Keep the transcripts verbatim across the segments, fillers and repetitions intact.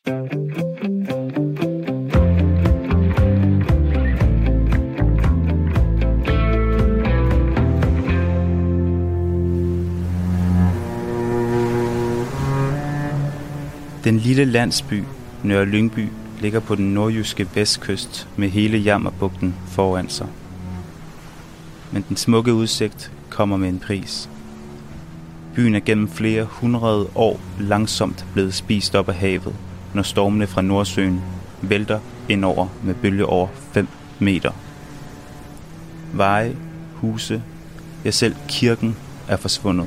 Den lille landsby Nørre Lyngby ligger på den nordjyske vestkyst med hele Jammerbugten foran sig. Men den smukke udsigt kommer med en pris. Byen er gennem flere hundrede år langsomt blevet spist op af havet, når stormene fra Nordsøen vælter indover med bølger over fem meter. Veje, huse, ja selv kirken er forsvundet.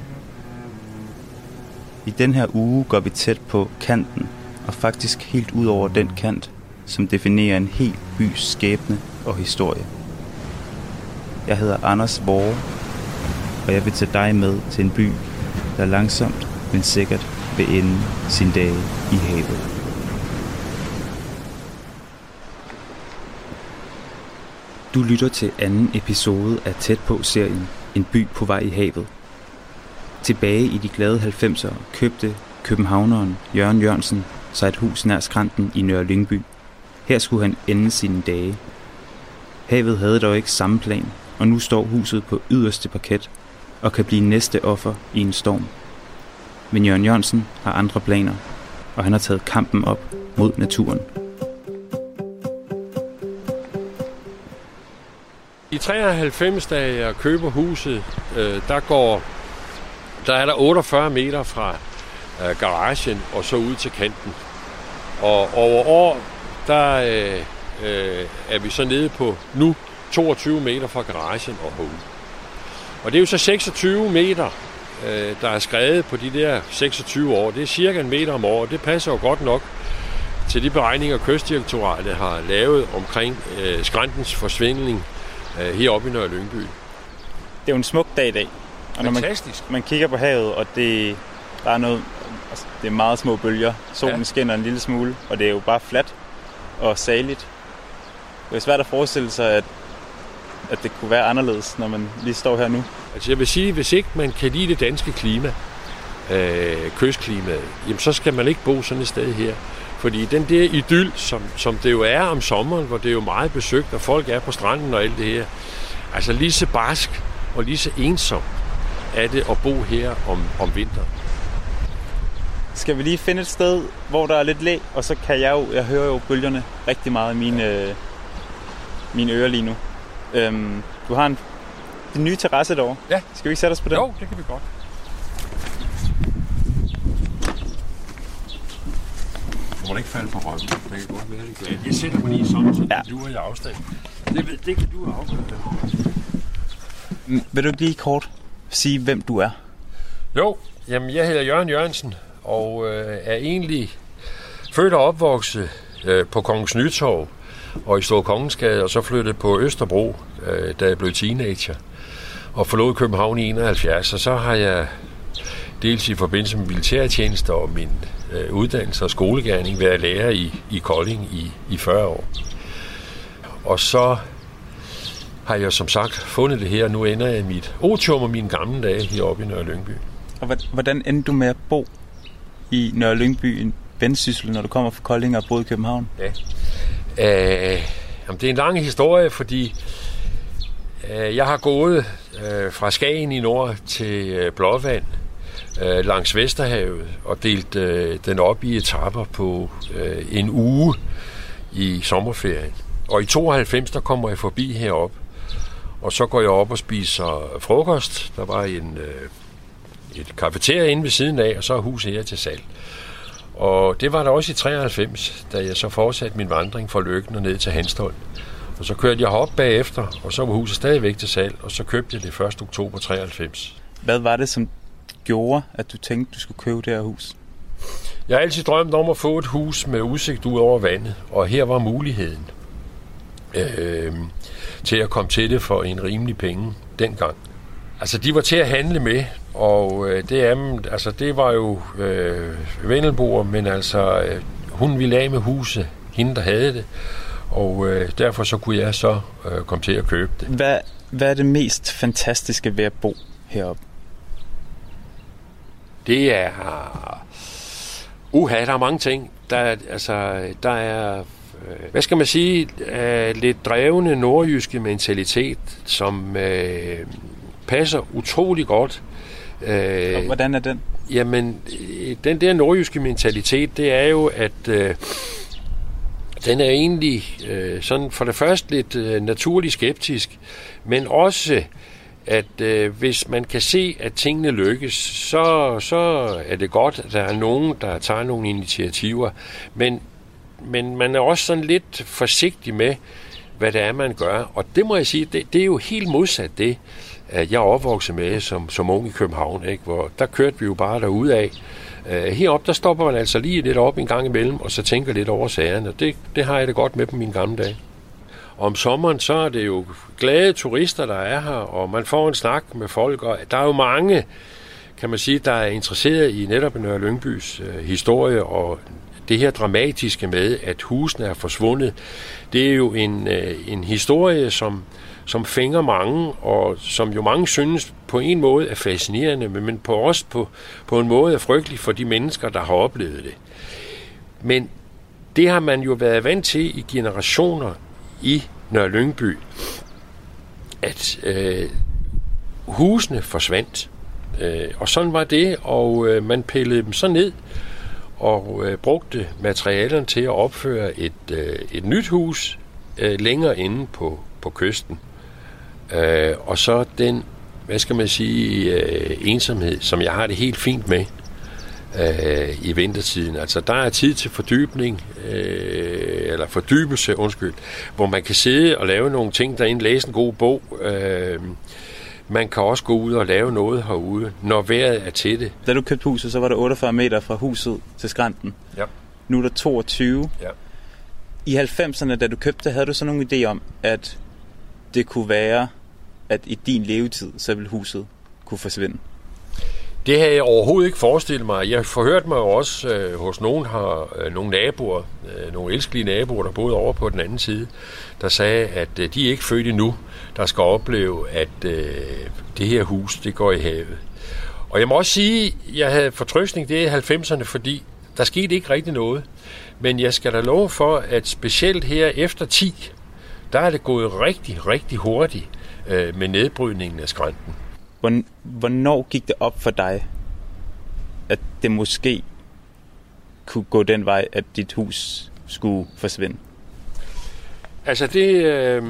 I den her uge går vi tæt på kanten, og faktisk helt ud over den kant, som definerer en hel bys skæbne og historie. Jeg hedder Anders Vore, og jeg vil tage dig med til en by, der langsomt, men sikkert vil ende sin dage i havet. Du lytter til anden episode af Tæt på-serien En by på vej i havet. Tilbage i de glade halvfemsere købte københavneren Jørgen Jørgensen sig et hus nær skrænten i Nørre Lyngby. Her skulle han ende sine dage. Havet havde dog ikke samme plan, og nu står huset på yderste parket og kan blive næste offer i en storm. Men Jørgen Jørgensen har andre planer, og han har taget kampen op mod naturen. I treoghalvfems, da jeg køber huset, øh, der går der er der otteogfyrre meter fra øh, garagen og så ud til kanten. Og over år, der øh, øh, er vi så nede på nu toogtyve meter fra garagen og herud. Og det er jo så seksogtyve meter, øh, der er skrevet på de der seksogtyve år. Det er cirka en meter om året. Det passer jo godt nok til de beregninger, Kystdirektoratet har lavet omkring øh, skræntens forsvinding øh, heroppe i Nørre Lyngby. Det er jo en smuk dag i dag. Og når man, man kigger på havet, og det, der er noget, altså det er meget små bølger. Solen ja. skinner en lille smule, og det er jo bare fladt og saligt. Det er svært at forestille sig, at, at det kunne være anderledes, når man lige står her nu. Altså jeg vil sige, hvis ikke man kan lide det danske klima, øh, kystklimaet, jamen så skal man ikke bo sådan et sted her. Fordi den der idyl, som, som det jo er om sommeren, hvor det er jo meget besøgt, og folk er på stranden og alt det her, altså lige så barsk og lige så ensom er det at bo her om, om vinteren. Skal vi lige finde et sted, hvor der er lidt læ, og så kan jeg jo, jeg hører jo bølgerne rigtig meget i mine, øh, mine ører lige nu. Øhm, du har en, en ny terrasse derovre. Ja. Skal vi ikke sætte os på den? Jo, det kan vi godt. Du må ikke falde på røven. Det kan godt være, det gør. Jeg sætter mig lige sådan, så ja. Du er i afstand. Det, det kan du afgøre. Vil du ikke lige kort sige, hvem du er? Jo, jamen jeg hedder Jørgen Jørgensen, og øh, er egentlig født og opvokset øh, på Kongens Nytorv og i Store Kongensgade, og så flyttede på Østerbro, øh, da jeg blev teenager, og forlod København i enoghalvfjerds, og så har jeg dels i forbindelse med militærtjeneste og min øh, uddannelse og skolegerning været lærer i, i Kolding i, i fyrre år. Og så har jeg som sagt fundet det her, og nu ender jeg i mit otium og mine gamle dage heroppe i Nørre Lyngby. Og hvordan endte du med at bo i Nørre Lyngby, en Vendsyssel, når du kommer fra Kolding og boede i København? Ja. Øh, jamen, det er en lang historie, fordi øh, jeg har gået øh, fra Skagen i nord til øh, Blåvand øh, langs Vesterhavet og delt øh, den op i etaper på øh, en uge i sommerferien. Og i tooghalvfems, der kommer jeg forbi herop, og så går jeg op og spiser frokost. Der var en, øh, et kafeteria inde ved siden af, og så er huset her til salg. Og det var der også i treoghalvfems, da jeg så fortsatte min vandring fra Løkken og ned til Hanstholm. Og så kørte jeg herop bagefter, og så var huset stadigvæk til salg, og så købte jeg det første oktober treoghalvfems. Hvad var det, som gjorde, at du tænkte, du skulle købe det her hus? Jeg har altid drømt om at få et hus med udsigt ud over vandet, og her var muligheden øh, til at komme til det for en rimelig penge dengang. Altså, de var til at handle med, og øh, det, er, altså, det var jo øh, vendelboer, men altså, øh, hun ville af med huset, hende der havde det, og øh, derfor så kunne jeg så øh, komme til at købe det. Hvad, hvad er det mest fantastiske ved at bo heroppe? Det er... Uha, der er mange ting. der, altså, der er, hvad skal man sige, lidt drevne nordjyske mentalitet, som øh, passer utrolig godt. Øh, Og hvordan er den? Jamen, den der nordjyske mentalitet, det er jo, at øh, den er egentlig øh, sådan for det første lidt øh, naturligt skeptisk, men også at øh, hvis man kan se, at tingene lykkes, så, så er det godt, at der er nogen, der tager nogle initiativer. Men, men man er også sådan lidt forsigtig med, hvad det er, man gør. Og det må jeg sige, det, det er jo helt modsat det, at jeg er opvokset med som, som ung i København, ikke? Hvor der kørte vi jo bare derudad. Uh, heroppe, der stopper man altså lige lidt op en gang imellem, og så tænker lidt over sagerne. Og det, det har jeg det godt med på mine gamle dage. Om sommeren, så er det jo glade turister, der er her, og man får en snak med folk, og der er jo mange, kan man sige, der er interesseret i netop Nørre Lyngbys øh, historie, og det her dramatiske med, at husene er forsvundet, det er jo en, øh, en historie, som, som fænger mange, og som jo mange synes på en måde er fascinerende, men på også på, på en måde er frygtelig for de mennesker, der har oplevet det. Men det har man jo været vant til i generationer i Nørre Lyngby, at øh, husene forsvandt. Øh, og sådan var det, og øh, man pillede dem så ned og øh, brugte materialerne til at opføre et, øh, et nyt hus øh, længere inde på, på kysten. Øh, og så den, hvad skal man sige, øh, ensomhed, som jeg har det helt fint med øh, i vintertiden. Altså, der er tid til fordybning, øh, eller fordybelse, undskyld, hvor man kan sidde og lave nogle ting derinde, læse en god bog. Øh, man kan også gå ud og lave noget herude, når vejret er til det. Da du købte huset, så var der otteogfyrre meter fra huset til skrænten. Ja. Nu er der toogtyve. Ja. I halvfemserne, da du købte, havde du så nogle idé om, at det kunne være, at i din levetid, så ville huset kunne forsvinde? Det havde jeg overhovedet ikke forestillet mig. Jeg forhørte mig jo også øh, hos nogen, har, øh, nogle naboer, øh, nogle elskelige naboer, der boede over på den anden side, der sagde, at øh, de er ikke født endnu, der skal opleve, at øh, det her hus, det går i havet. Og jeg må også sige, at jeg havde fortrøstning det i halvfemserne, fordi der skete ikke rigtig noget. Men jeg skal da love for, at specielt her efter ti, der er det gået rigtig, rigtig hurtigt øh, med nedbrydningen af skrænten. Hvornår gik det op for dig, at det måske kunne gå den vej, at dit hus skulle forsvinde? Altså det, øh,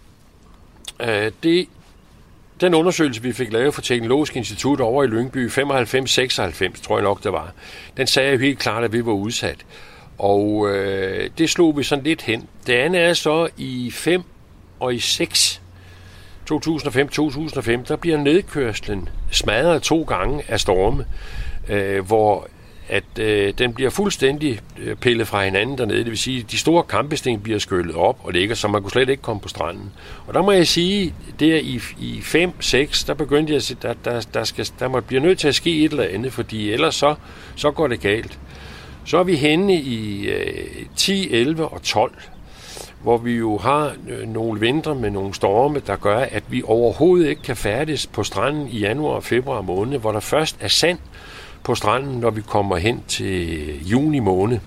øh, det den undersøgelse, vi fik lavet for Teknologisk Institut over i Lyngby, femoghalvfems seksoghalvfems, tror jeg nok det var, den sagde jo helt klart, at vi var udsat. Og øh, det slog vi sådan lidt hen. Det andet er så i fem og i seks, to tusind og fem til to tusind og fem, der bliver nedkørslen smadret to gange af storme, øh, hvor at øh, den bliver fuldstændig pillet fra hinanden dernede. Det vil sige, at de store kampesten bliver skyllet op og ligger, så man kunne slet ikke komme på stranden. Og der må jeg sige, der i, i fem seks, der begyndte jeg at sige, der, der, der, skal, der må blive nødt til at ske et eller andet, fordi ellers så, så går det galt. Så er vi henne i øh, ti, elleve og tolv, hvor vi jo har øh, nogle vintre med nogle storme, der gør, at vi overhovedet ikke kan færdes på stranden i januar og februar måned, hvor der først er sand på stranden, når vi kommer hen til juni måned.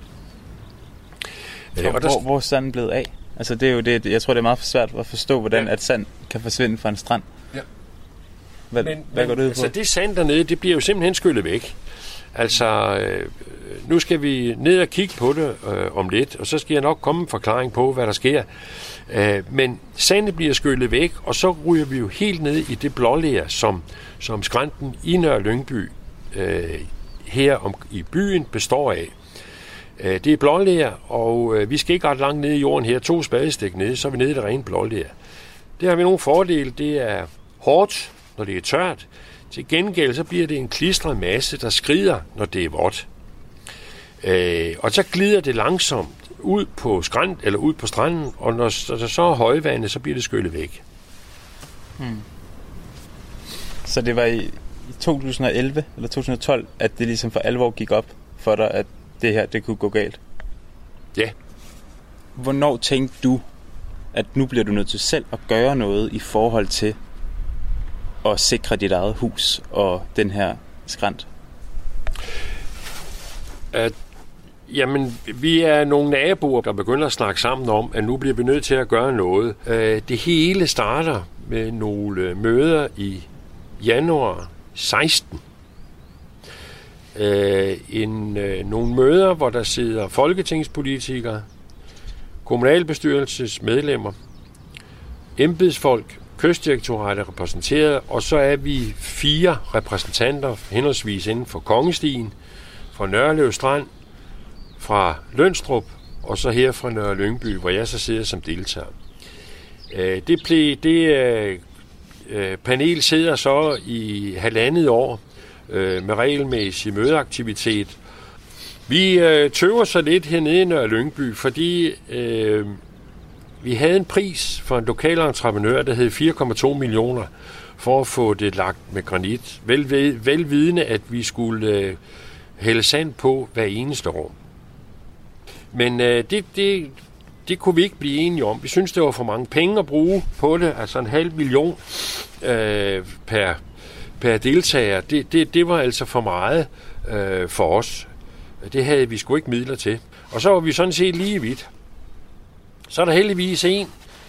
Hvor, og der... hvor, hvor er sanden blevet af? Altså det er jo det, jeg tror, det er meget svært at forstå, hvordan ja. at sand kan forsvinde fra en strand. Ja. Hvad, men, hvad går men, det ud på? Altså det sand dernede, det bliver jo simpelthen skyllet væk. Altså, øh, nu skal vi ned og kigge på det øh, om lidt, og så skal jeg nok komme en forklaring på, hvad der sker. Øh, men sandet bliver skyllet væk, og så ryger vi jo helt ned i det blåler, som, som skrænten i Nørre Lyngby øh, her om, i byen består af. Øh, det er blåler, og øh, vi skal ikke ret langt ned i jorden her, to spadestik ned, så er vi nede i det rene blåler. Det har vi nogle fordele. Det er hårdt, når det er tørt. Til gengæld så bliver det en klistret masse, der skrider, når det er vådt. Øh, og så glider det langsomt ud på skrænt, eller ud på stranden, og når der så er højvandet, så bliver det skyllet væk. Hmm. Så det var i, i to tusind og elleve eller to tusind og tolv, at det ligesom for alvor gik op for dig, at det her, det kunne gå galt? Ja. Hvornår tænkte du, at nu bliver du nødt til selv at gøre noget i forhold til at sikre dit eget hus og den her skrænt? At Jamen, vi er nogle naboer, der begynder at snakke sammen om, at nu bliver vi nødt til at gøre noget. Det hele starter med nogle møder i januar seksten. En, nogle møder, hvor der sidder folketingspolitikere, kommunalbestyrelsesmedlemmer, embedsfolk, Kystdirektoratet repræsenteret, og så er vi fire repræsentanter, henholdsvis inden for Kongestien, fra Nørlev Strand, fra Lønstrup, og så her fra Nørre Lyngby, hvor jeg så sidder som deltager. Det, ble, det panel sidder så i halvandet år med regelmæssig mødeaktivitet. Vi tøver så lidt hernede i Nørre Lyngby, fordi øh, vi havde en pris for en lokal entreprenør, der hed fire komma to millioner, for at få det lagt med granit. Vel, velvidende, at vi skulle øh, hælde sand på hver eneste år. Men øh, det, det, det kunne vi ikke blive enige om. Vi synes det var for mange penge at bruge på det, altså en halv million øh, per, per deltager. Det, det, det var altså for meget øh, for os. Det havde vi sgu ikke midler til. Og så var vi sådan set lige vidt. Så er der heldigvis en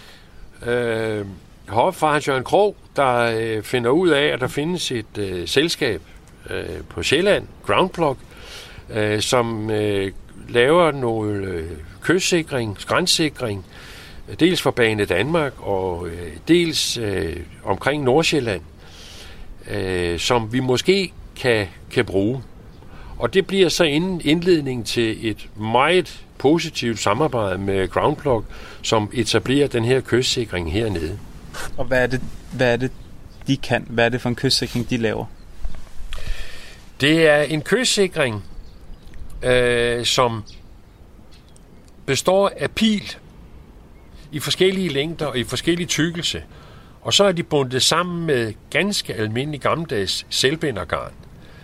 øh, heroppe fra Hans Jørgen Krog, der øh, finder ud af, at der findes et øh, selskab øh, på Sjælland, Groundplug, øh, som øh, laver noget øh, kystsikring, skræntsikring, dels for Bane Danmark og øh, dels øh, omkring Nordsjælland, øh, som vi måske kan, kan bruge. Og det bliver så indledning til et meget positivt samarbejde med Groundplug, som etablerer den her kystsikring hernede. Og hvad er det, hvad er det de kan? Hvad er det for en kystsikring, de laver? Det er en kystsikring, øh, som består af pil i forskellige længder og i forskellige tykkelse. Og så er de bundet sammen med ganske almindelig gammeldags selvbindergarn.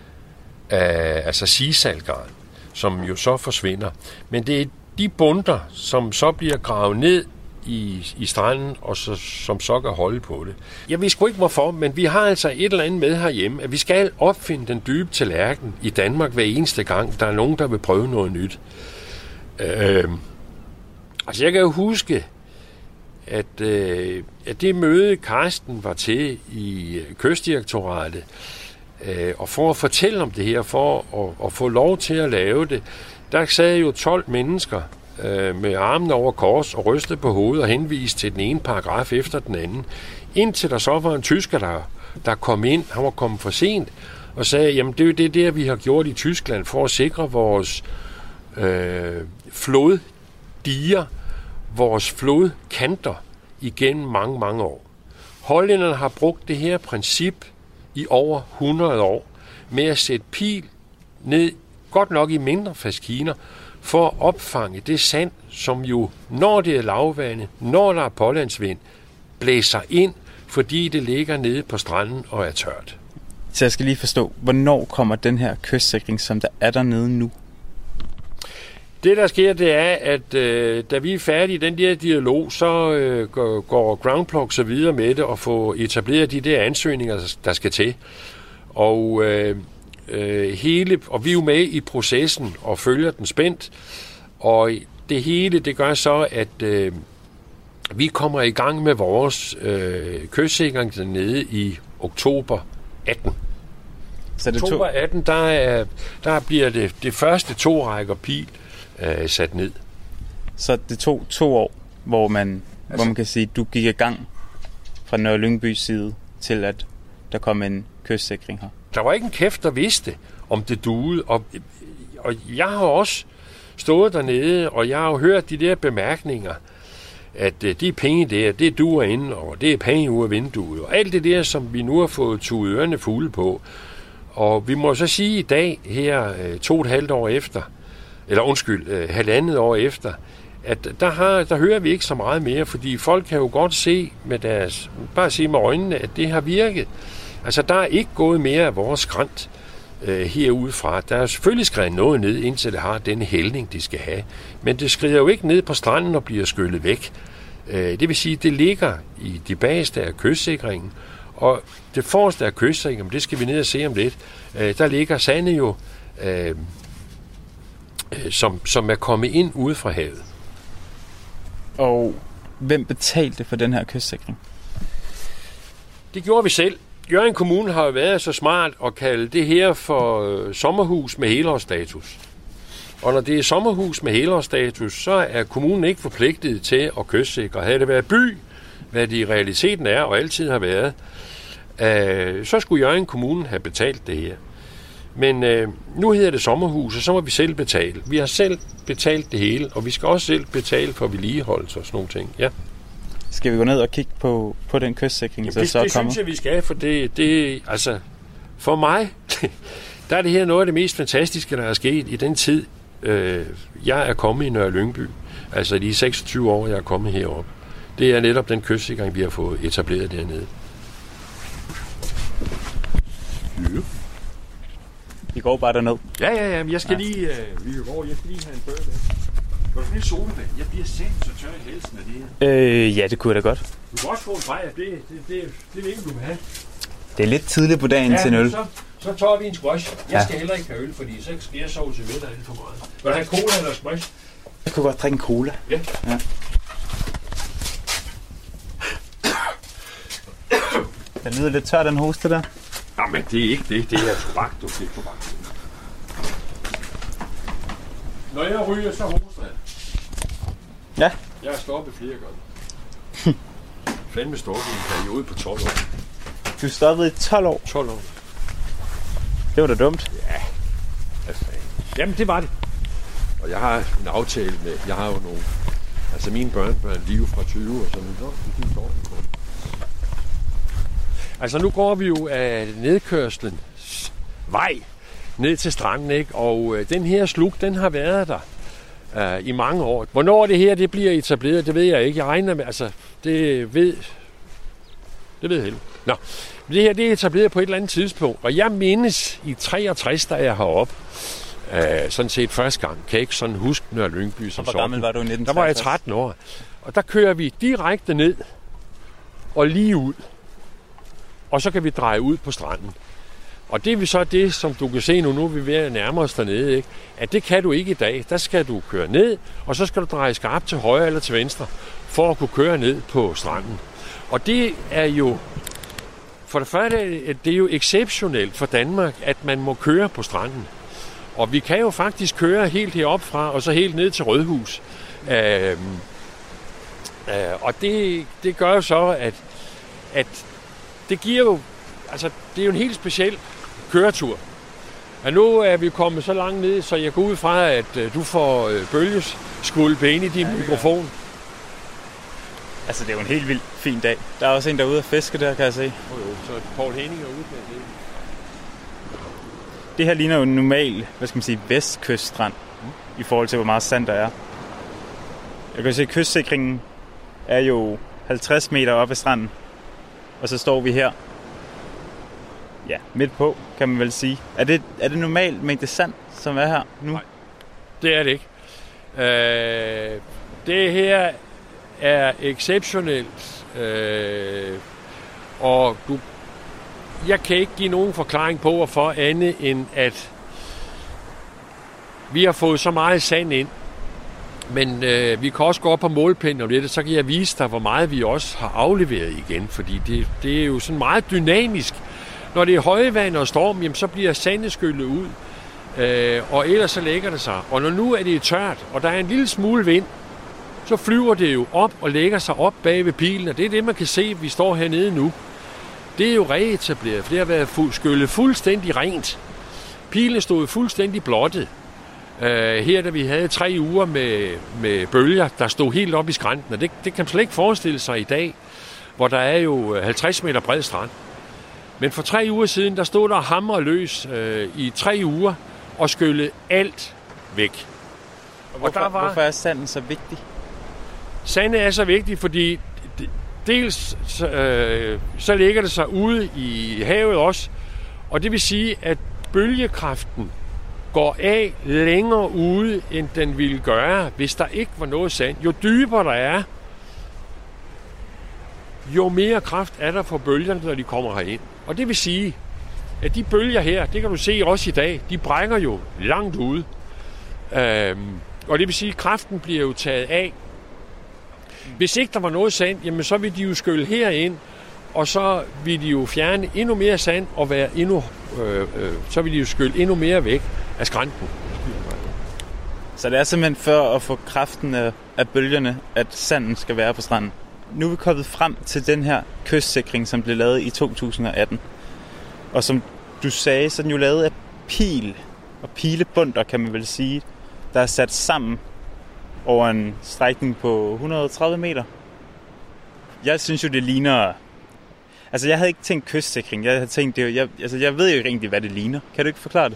Uh, altså sisalgarn, som jo så forsvinder. Men det er de bunter, som så bliver gravet ned i, i stranden, og så, som så kan holde på det. Jeg ved sgu ikke hvorfor, men vi har altså et eller andet med herhjemme, at vi skal opfinde den dybe tallerken i Danmark hver eneste gang, der er nogen, der vil prøve noget nyt. Uh, altså jeg kan jo huske, at, uh, at det møde, Karsten var til i Kystdirektoratet, og for at fortælle om det her, for at, at få lov til at lave det, der sad jo tolv mennesker øh, med armene over kors og rystede på hovedet og henviste til den ene paragraf efter den anden. Indtil der så var en tysker, der, der kom ind, han var kommet for sent, og sagde, jamen det er jo det der, vi har gjort i Tyskland for at sikre vores øh, floddiger, vores flodkanter igennem mange, mange år. Hollænderne har brugt det her princip i over hundrede år, med at sætte pil ned, godt nok i mindre faskiner, for at opfange det sand, som jo, når det er lavvande, når der er pålandsvind, blæser ind, fordi det ligger nede på stranden og er tørt. Så jeg skal lige forstå, hvornår kommer den her kystsikring, som der er dernede nu? Det, der sker, det er, at øh, da vi er færdige i den der dialog, så øh, går, går Groundplug så videre med det og får etableret de der ansøgninger, der skal til. Og, øh, øh, hele, og vi er jo med i processen og følger den spændt. Og det hele, det gør så, at øh, vi kommer i gang med vores øh, kystsikring dernede i oktober atten. Så det oktober atten, der, er, der bliver det, det første to rækker pil øh, sat ned. Så det tog to år, hvor man, altså, hvor man kan sige, du gik i gang fra Nørre Lyngbys side til, at der kom en kystsikring her. Der var ikke en kæft, der vidste, om det duede. Og, og jeg har også stået dernede, og jeg har jo hørt de der bemærkninger, at øh, de penge der, det duer inde, og det er penge ud af vinduet, og alt det der, som vi nu har fået tuet ørerne fulde på. Og vi må så sige i dag, her øh, to og et halvt år efter, eller undskyld, øh, halvandet år efter, at der, har, der hører vi ikke så meget mere, fordi folk kan jo godt se med deres, bare se med øjnene, at det har virket. Altså, der er ikke gået mere af vores skrant øh, herudefra. Der er selvfølgelig skrevet noget ned, indtil det har denne hældning, de skal have. Men det skrider jo ikke ned på stranden og bliver skyllet væk. Øh, det vil sige, det ligger i de bageste af kystsikringen, og det forreste af kystsikringen, det skal vi ned og se om lidt, øh, der ligger sandet jo øh, øh, som, som er kommet ind ude fra havet. Og hvem betalte for den her kystsikring? Det gjorde vi selv. Hjørring Kommune har jo været så smart at kalde det her for øh, sommerhus med helårsstatus. Og når det er sommerhus med helårsstatus, så er kommunen ikke forpligtet til at kystsikre. Havde det været by, hvad det i realiteten er og altid har været, øh, så skulle Hjørring Kommune have betalt det her. Men øh, nu hedder det sommerhus, og så må vi selv betale. Vi har selv betalt det hele, og vi skal også selv betale for vedligeholdelse og sådan nogle ting. Ja. Skal vi gå ned og kigge på, på den kystsikring, Jamen, så det, så er det kommet? synes jeg, vi skal, for det, det altså, for mig, der er det her noget af det mest fantastiske, der er sket i den tid, øh, jeg er kommet i Nørre Lyngby. Altså de seksogtyve år, jeg er kommet herop. Det er netop den kystsikring, vi har fået etableret dernede. Ja. Vi går bare derned. Ja, ja, ja, men jeg skal ja. lige, øh, vi går, jeg skal lige have en bøger med. Går du lige solvand? Jeg bliver sendt så tør i halsen af det her. Øh, ja, det kunne jeg da godt. Du kan også få en bajer, det, det, det, det er ikke, du vil have. Det er lidt tidligt på dagen ja, til en øl. Så, så tager vi en squash. Jeg skal ja. heller ikke have øl, fordi så skal jeg sove til middag alt for meget. Vil du have cola eller squash? Jeg kunne godt drikke en cola. Ja. ja. Den lyder lidt tør, den hoste der. Nå, men det er ikke det. Det er tobak, du. Det er tobak. Når jeg ryger, så hoster jeg. Ja. Jeg har stoppet flere gange. Fandme stoppet i en periode på tolv år. Du stoppede i tolv år? tolv år. Det var da dumt. Ja. Altså, jamen, det var det. Og jeg har en aftale med, jeg har jo nogle, altså mine børnebørn, de er jo fra tyve og sådan noget. Så de står på. Altså nu går vi jo af nedkørslen vej ned til stranden, ikke? Og øh, den her slug, den har været der øh, i mange år. Hvornår det her det bliver etableret, det ved jeg ikke. Jeg regner med, altså det ved, det ved jeg ikke. Nå, det her det er etableret på et eller andet tidspunkt, og jeg mindes i treogtres, da jeg heroppe, øh, sådan set første gang, kan jeg ikke sådan huske Nørre Lyngby som sådan. Hvor gammel var du i nitten treogtres? Der var jeg tretten år, og der kører vi direkte ned og lige ud. Og så kan vi dreje ud på stranden. Og det er så det, som du kan se nu, nu er vi ved at nærme os dernede, ikke? At det kan du ikke i dag. Der skal du køre ned, og så skal du dreje skarpt til højre eller til venstre, for at kunne køre ned på stranden. Og det er jo, for det første, det er jo exceptionelt for Danmark, at man må køre på stranden. Og vi kan jo faktisk køre helt heroppe fra, og så helt ned til Rødhus. Øh, øh, og det, det gør jo så, at, at det giver jo, altså det er jo en helt speciel køretur. Og nu er vi kommet så langt ned, så jeg går ud fra, at uh, du får uh, bølgeskvulp ind i din ja, mikrofon. Altså det er jo en helt vildt fin dag. Der er også en derude at fiske der, kan jeg se. Oh, jo, så Poul Henning er ude med det. Det her ligner jo en normal, hvad skal man sige, vestkyststrand, mm. i forhold til hvor meget sand der er. Jeg kan se, at kystsikringen er jo halvtreds meter op ad stranden. Og så står vi her, ja, midt på, kan man vel sige. Er det, er det normalt mængde sand, som er her nu? Nej, det er det ikke. Øh, det her er exceptionelt, øh, og du, jeg kan ikke give nogen forklaring på, hvorfor andet end at vi har fået så meget sand ind. Men øh, vi kan også gå op på målpinden om lidt, så kan jeg vise dig, hvor meget vi også har afleveret igen. Fordi det, det er jo sådan meget dynamisk. Når det er højvand og storm, jamen, så bliver sandet skyllet ud. Øh, og ellers så lægger det sig. Og når nu er det tørt, og der er en lille smule vind, så flyver det jo op og lægger sig op bag ved pilen. Og det er det, man kan se, vi står hernede nu. Det er jo reetableret, for det har været fu- skyllet fuldstændig rent. Pilen stod fuldstændig blottet. Uh, her da vi havde tre uger med, med bølger, der stod helt op i skrænten, og det, det kan man slet ikke forestille sig i dag, hvor der er jo halvtreds meter bred strand. Men for tre uger siden, der stod der hammer løs uh, i tre uger og skyllede alt væk. Og hvorfor, og der var, hvorfor er sanden så vigtig? Sanden er så vigtig, fordi dels så, uh, så ligger det sig ude i havet også, og det vil sige, at bølgekraften går af længere ude, end den ville gøre, hvis der ikke var noget sand. Jo dybere der er, jo mere kraft er der for bølgerne, når de kommer herind. Og det vil sige, at de bølger her, det kan du se også i dag, de brækker jo langt ude. Øhm, og det vil sige, at kraften bliver jo taget af. Hvis ikke der var noget sand, jamen så vil de jo skylle herind, og så vil de jo fjerne endnu mere sand, og være endnu, øh, øh, så vil de jo skylle endnu mere væk af skrænten. Så det er simpelthen for at få kraften af, af bølgerne, at sanden skal være på stranden. Nu er vi kommet frem til den her kystsikring, som blev lavet i to tusind og atten. Og som du sagde, så er den jo lavet af pil og pilebunder, kan man vel sige, der er sat sammen over en strækning på et hundrede og tredive meter. Jeg synes jo, det ligner... Altså, jeg havde ikke tænkt kystsikring. Jeg havde tænkt, det, jeg, altså, jeg ved jo ikke egentlig, hvad det ligner. Kan du ikke forklare det?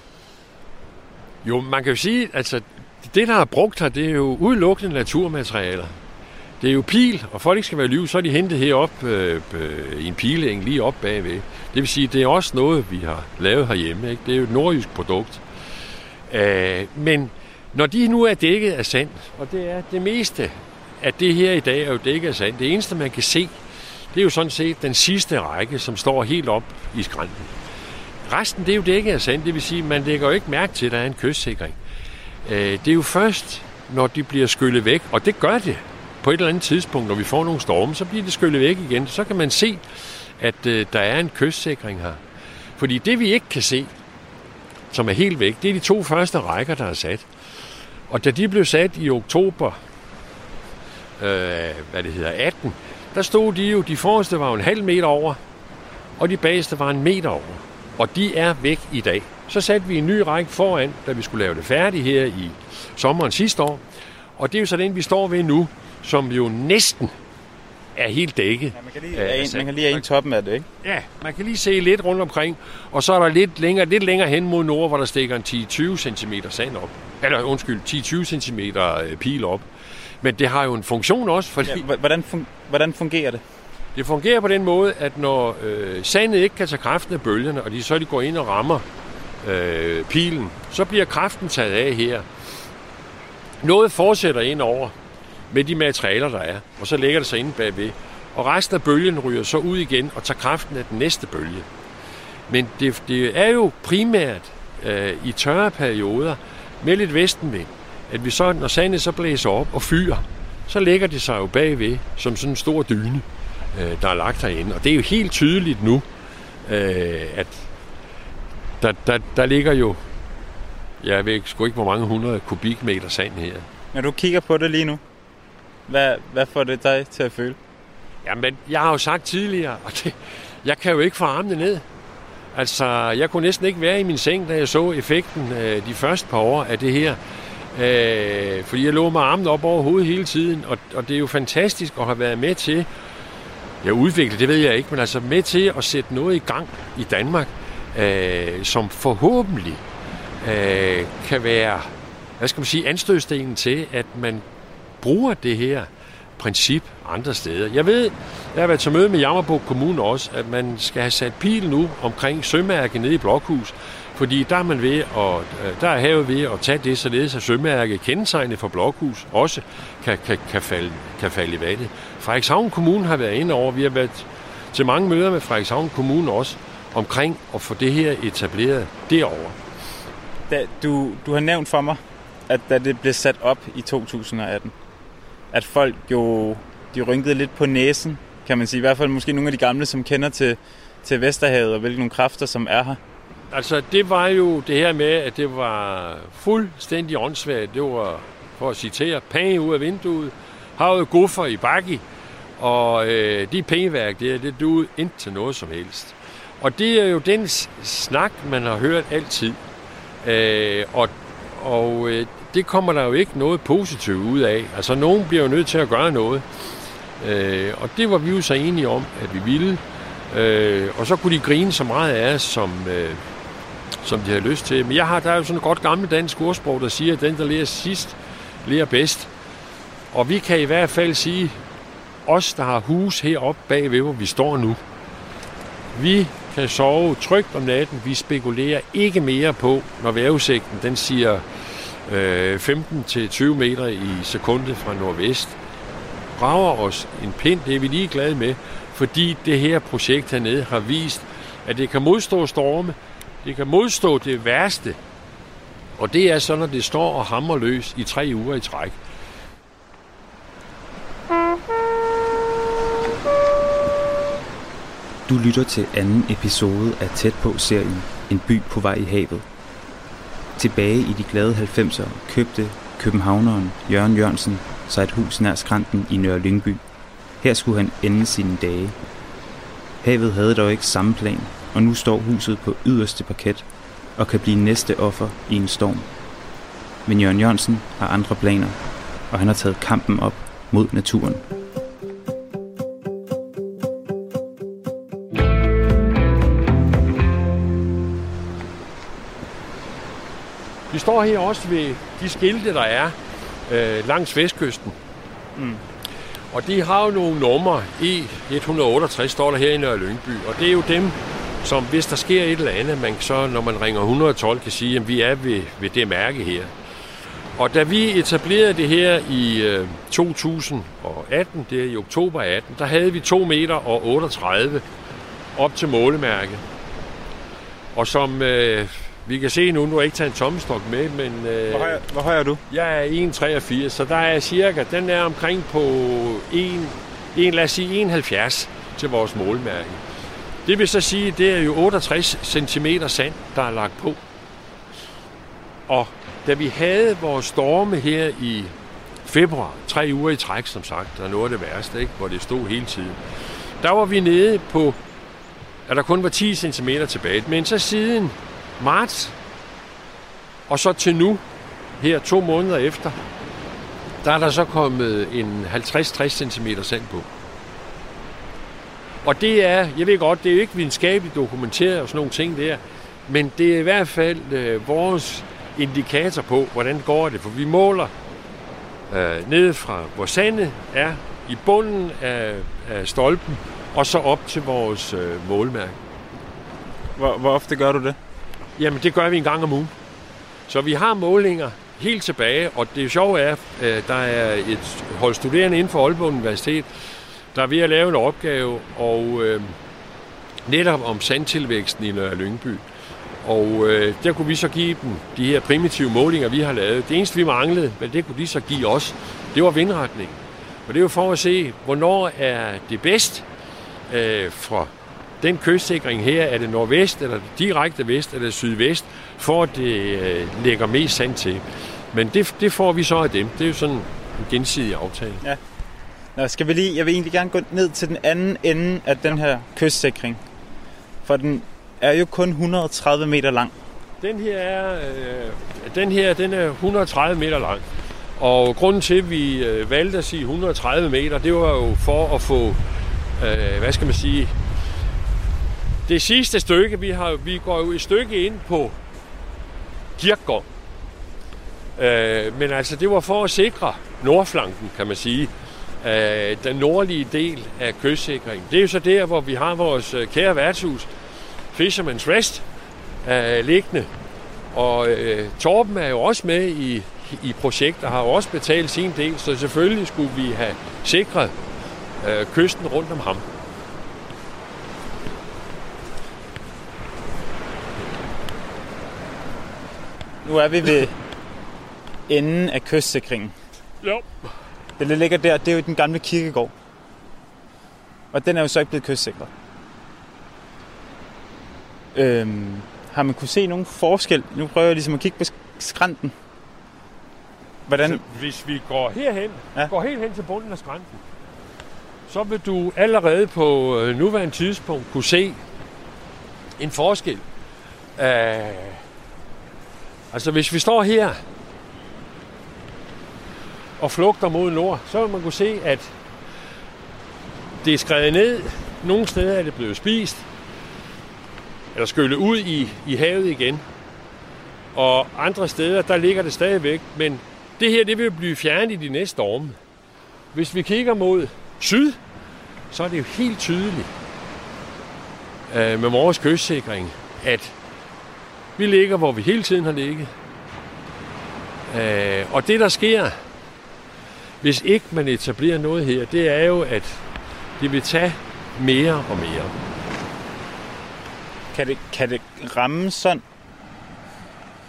Jo, man kan jo sige, altså, det, der er brugt her, det er jo udelukkende naturmaterialer. Det er jo pil, og folk ikke skal være lyve, så er de hentet herop øh, øh, i en pileeng lige op bagved. Det vil sige, det er også noget, vi har lavet herhjemme. Ikke? Det er jo et nordjysk produkt. Øh, men når de nu er dækket af sand, og det er det meste af det her i dag er jo dækket af sand, det eneste, man kan se, det er jo sådan set den sidste række, som står helt op i skrænten. Resten, det er jo dækket af sand, det vil sige, man lægger jo ikke mærke til, at der er en kystsikring. Øh, det er jo først, når de bliver skyllet væk, og det gør det på et eller andet tidspunkt, når vi får nogle storme, så bliver det skyllet væk igen. Så kan man se, at øh, der er en kystsikring her. Fordi det, vi ikke kan se, som er helt væk, det er de to første rækker, der er sat. Og da de blev sat i oktober øh, hvad det hedder, atten, der stod de jo, de forreste var en halv meter over, og de bageste var en meter over. Og de er væk i dag. Så satte vi en ny række foran, da vi skulle lave det færdigt her i sommeren sidste år. Og det er jo så den, vi står ved nu, som jo næsten er helt dækket. Ja, man, kan lige, øh, en, man kan lige have en toppen af det, ikke? Ja, man kan lige se lidt rundt omkring, og så er der lidt længere, lidt længere hen mod nord, hvor der stikker en ti til tyve centimeter sand op. Eller undskyld, ti til tyve centimeter pil op. Men det har jo en funktion også, fordi... Ja, hvordan, fun- hvordan fungerer det? Det fungerer på den måde, at når øh, sandet ikke kan tage kraften af bølgerne, og de så de går ind og rammer øh, pilen, så bliver kraften taget af her. Noget fortsætter ind over med de materialer, der er, og så lægger det sig inde bagved. Og resten af bølgen ryger så ud igen og tager kraften af den næste bølge. Men det, det er jo primært øh, i tørre perioder med lidt vestenvind, at vi så, når sandet så blæser op og fyrer, så lægger det sig jo bagved som sådan en stor dyne, øh, der er lagt herinde. Og det er jo helt tydeligt nu, øh, at der, der, der ligger jo, jeg ved sgu ikke, hvor mange hundrede kubikmeter sand her. Når du kigger på det lige nu, hvad, hvad får det dig til at føle? Jamen, jeg har jo sagt tidligere, og det, jeg kan jo ikke få armene ned. Altså, jeg kunne næsten ikke være i min seng, da jeg så effekten øh, de første par år af det her. Øh, fordi jeg lå med armen op over hovedet hele tiden, og, og det er jo fantastisk at have været med til, jeg udvikler, det ved jeg ikke, men altså med til at sætte noget i gang i Danmark, øh, som forhåbentlig øh, kan være, hvad skal man sige, anstødstenen til, at man bruger det her princip andre steder. Jeg ved, jeg har været til møde med Jammerbugt Kommune også, at man skal have sat pil nu omkring sømærket nede i Blokhus, fordi der er man ved at, der er havet ved at tage det, således at sømærket kendetegnet for Blokhus også kan, kan, kan, falde, kan falde i vandet. Frederikshavn Kommune har været inde over, vi har været til mange møder med Frederikshavn Kommune også, omkring at få det her etableret derovre. Da, du, du har nævnt for mig, at da det blev sat op i to tusind og atten, at folk jo, de rynkede lidt på næsen, kan man sige. I hvert fald måske nogle af de gamle, som kender til, til Vesterhavet og hvilke nogle kræfter, som er her. Altså, det var jo det her med, at det var fuldstændig åndssvagt. Det var, for at citere, penge ud af vinduet, havet guffer i bakke, og øh, de pengeværk der, det duede ikke til noget som helst. Og det er jo den snak, man har hørt altid. Øh, og og øh, det kommer der jo ikke noget positivt ud af. Altså, nogen bliver jo nødt til at gøre noget. Øh, og det var vi jo så enige om, at vi ville. Øh, og så kunne de grine så meget af os, som, øh, som de havde lyst til. Men jeg har, der er jo sådan et godt gammelt dansk ordsprog, der siger, at den, der lærer sidst, lærer bedst. Og vi kan i hvert fald sige, os, der har hus heroppe bagved, hvor vi står nu, vi kan sove trygt om natten. Vi spekulerer ikke mere på, når vejrudsigten den siger øh, femten til tyve meter i sekundet fra nordvest. Brager os en pind, det er vi lige glade med, fordi det her projekt hernede har vist, at det kan modstå storme, det kan modstå det værste, Og det er så, når det står og hamrer løs i tre uger i træk. Du lytter til anden episode af Tæt på-serien En by på vej i havet. Tilbage i de glade halvfemser købte københavneren Jørgen Jørgensen sig et hus nær skrænten i Nørre Lyngby. Her skulle han ende sine dage. Havet havde dog ikke samme plan, og nu står huset på yderste parket og kan blive næste offer i en storm. Men Jørgen Jørgensen har andre planer, og han har taget kampen op mod naturen. Vi står her også ved de skilte, der er øh, langs vestkysten. Mm. Og de har jo nogle numre. E et hundrede otteogtres står der her i Nørre Lyngby. Og det er jo dem, som hvis der sker et eller andet, man så, når man ringer et hundrede og tolv, kan sige, at vi er ved, ved det mærke her. Og da vi etablerede det her i øh, to tusind og atten, det er i oktober atten, der havde vi to meter og otteogtredive op til målemærke. Og som øh, vi kan se nu, nu har jeg ikke taget en tommestok med, men... Øh, hvor, høj, hvor høj er du? Jeg er en komma treogfirs, så der er cirka, den er omkring på en, en, lad os sige en komma halvfjerds til vores målmærke. Det vil så sige, det er jo otteogtres centimeter sand, der er lagt på. Og da vi havde vores storme her i februar, tre uger i træk, som sagt, der er noget af det værste, ikke? Hvor det stod hele tiden, der var vi nede på, at der kun var ti centimeter tilbage. Men så siden marts, og så til nu, her to måneder efter, der er der så kommet en halvtreds til tres centimeter sand på. Og det er, jeg ved godt, det er jo ikke videnskabeligt dokumenteret og sådan nogle ting der, men det er i hvert fald øh, vores indikator på, hvordan går det. For vi måler øh, nede fra, hvor sandet er, i bunden af, af stolpen, og så op til vores øh, målmærke. Hvor, hvor ofte gør du det? Jamen, det gør vi en gang om ugen. Så vi har målinger helt tilbage, og det sjove er, at der er et hold studerende inden for Aalborg Universitet, der er ved at lave en opgave, og øh, netop om sandtilvæksten i Nørre Lyngby. Og øh, der kunne vi så give dem de her primitive målinger, vi har lavet. Det eneste, vi manglede, men det kunne de så give os, det var vindretningen. Og det er jo for at se, hvornår er det bedst øh, for den kystsikring her. Er det nordvest, eller det direkte vest, eller sydvest, for at det øh, lægger mest sand til. Men det, det får vi så af dem. Det er jo sådan en gensidig aftale. Ja. Nå, skal vi lige, jeg vil egentlig gerne gå ned til den anden ende af den her kystsikring. For den er jo kun et hundrede og tredive meter lang. Den her er, øh, den her, den er et hundrede og tredive meter lang. Og grunden til, at vi øh, valgte at sige et hundrede og tredive meter, det var jo for at få, øh, hvad skal man sige, det sidste stykke, vi, har, vi går jo et stykke ind på Kirkegård. Øh, men altså, det var for at sikre nordflanken, kan man sige, øh, den nordlige del af kystsikringen. Det er jo så der, hvor vi har vores øh, kære værtshus, Fisherman's Rest, øh, liggende. Og øh, Torben er jo også med i, i projektet, har jo også betalt sin del, så selvfølgelig skulle vi have sikret øh, kysten rundt om ham. Nu er vi ved enden af kystsikringen. Jo. Det, der ligger der, det er jo den gamle kirkegård. Og den er jo så ikke blevet kystsikret. Øhm, har man kunne se nogen forskel? Nu prøver jeg ligesom at kigge på skrænten. Hvordan? Så hvis vi går herhen, ja. går helt hen til bunden af skrænten, så vil du allerede på nuværende tidspunkt kunne se en forskel. Uh, altså hvis vi står her og flugter mod nord, så vil man kunne se, at det er skredet ned. Nogle steder er det blevet spist, eller skyllet ud i, i havet igen. Og andre steder, der ligger det stadigvæk. Men det her, det vil blive fjernet i de næste storme. Hvis vi kigger mod syd, så er det jo helt tydeligt øh, med vores kystsikring, at vi ligger, hvor vi hele tiden har ligget. Øh, og det, der sker, hvis ikke man etablerer noget her, det er jo, at det vil tage mere og mere. Kan det, kan det ramme sådan,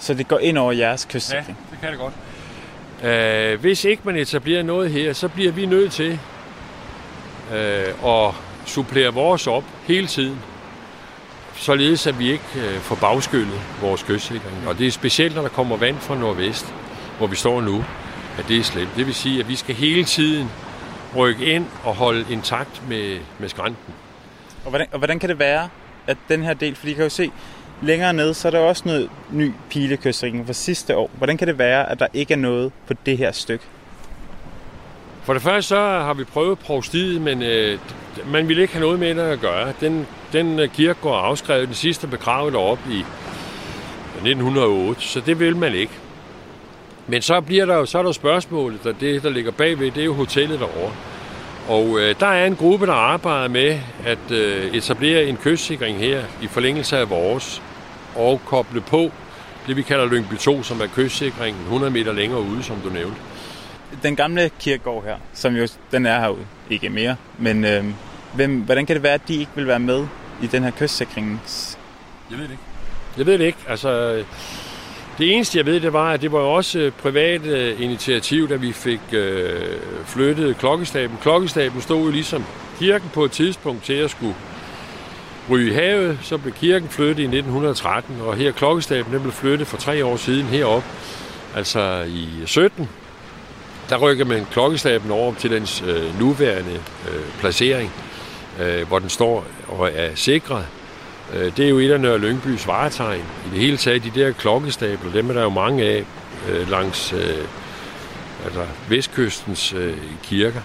Så det går ind over jeres kystsikring? Ja, det kan det godt. Uh, hvis ikke man etablerer noget her, så bliver vi nødt til uh, at supplere vores op hele tiden, således at vi ikke uh, får bagskyllet vores kystsikring. Og det er specielt, når der kommer vand fra nordvest, hvor vi står nu, at det er slemt. Det vil sige, at vi skal hele tiden rykke ind og holde intakt med, med skrænten. Og hvordan, og hvordan kan det være, at den her del, fordi I kan jo se, længere ned, så er der også noget ny pilekystsikring fra sidste år. Hvordan kan det være, at der ikke er noget på det her stykke? For det første så har vi prøvet provstiet, men øh, man ville ikke have noget med det at gøre. Den, den kirkegård afskrevet, den sidste begravet deroppe i nitten hundrede og otte, så det vil man ikke. Men så bliver der jo så er der spørgsmålet, og det der ligger bagved, det er jo hotellet derovre. Og øh, der er en gruppe, der arbejder med at øh, etablere en kystsikring her i forlængelse af vores, og koble på det, vi kalder Lyngby to, som er kystsikringen hundrede meter længere ude, som du nævnte. Den gamle kirkegård her, som jo den er herude, ikke mere, men øh, hvem, hvordan kan det være, at de ikke vil være med i den her kystsikrings... Jeg ved det ikke. Jeg ved det ikke. Altså, det eneste, jeg ved, det var, at det var jo også privat øh, initiativ, da vi fik øh, flyttet klokkestaben. Klokkestaben stod jo ligesom kirken på et tidspunkt til at skulle ryge i havet. Så blev kirken flyttet i nitten tretten, og her klokkestaben den blev flyttet for tre år siden herop, altså i sytten. Der rykker man klokkestaben over til dens øh, nuværende øh, placering, øh, hvor den står og er sikret. Det er jo et af Nørre Lyngbys varetegn. I det hele taget, de der klokkestabler, dem er der jo mange af øh, langs øh, altså vestkystens øh, kirker.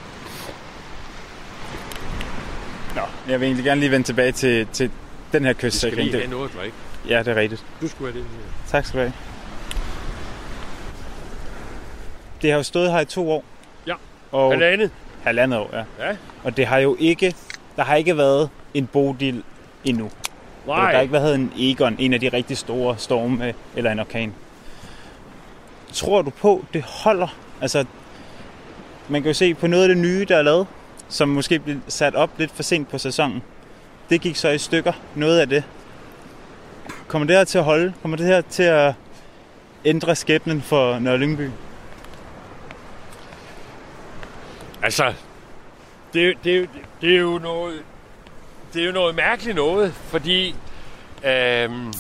Nå, jeg vil egentlig gerne lige vende tilbage til, til den her kystsikring. Vi skal lige have noget at drikke. Ja, det er rigtigt. Du skulle have det. Ja. Tak skal du have. Det har jo stået her i to år. Ja, og halvandet. Halvandet år, ja. Ja. Og det har jo ikke, der har ikke været en Bodil endnu. Nej. Der har ikke været en Egon, en af de rigtig store storme, eller en orkan. Tror du på, det holder? Altså, man kan jo se på noget af det nye, der er lavet, som måske blev sat op lidt for sent på sæsonen. Det gik så i stykker, noget af det. Kommer det her til at holde? Kommer det her til at ændre skæbnen for Nørre Lyngby? Altså, det, det, det er jo noget... Det er jo noget mærkeligt noget, fordi øhm,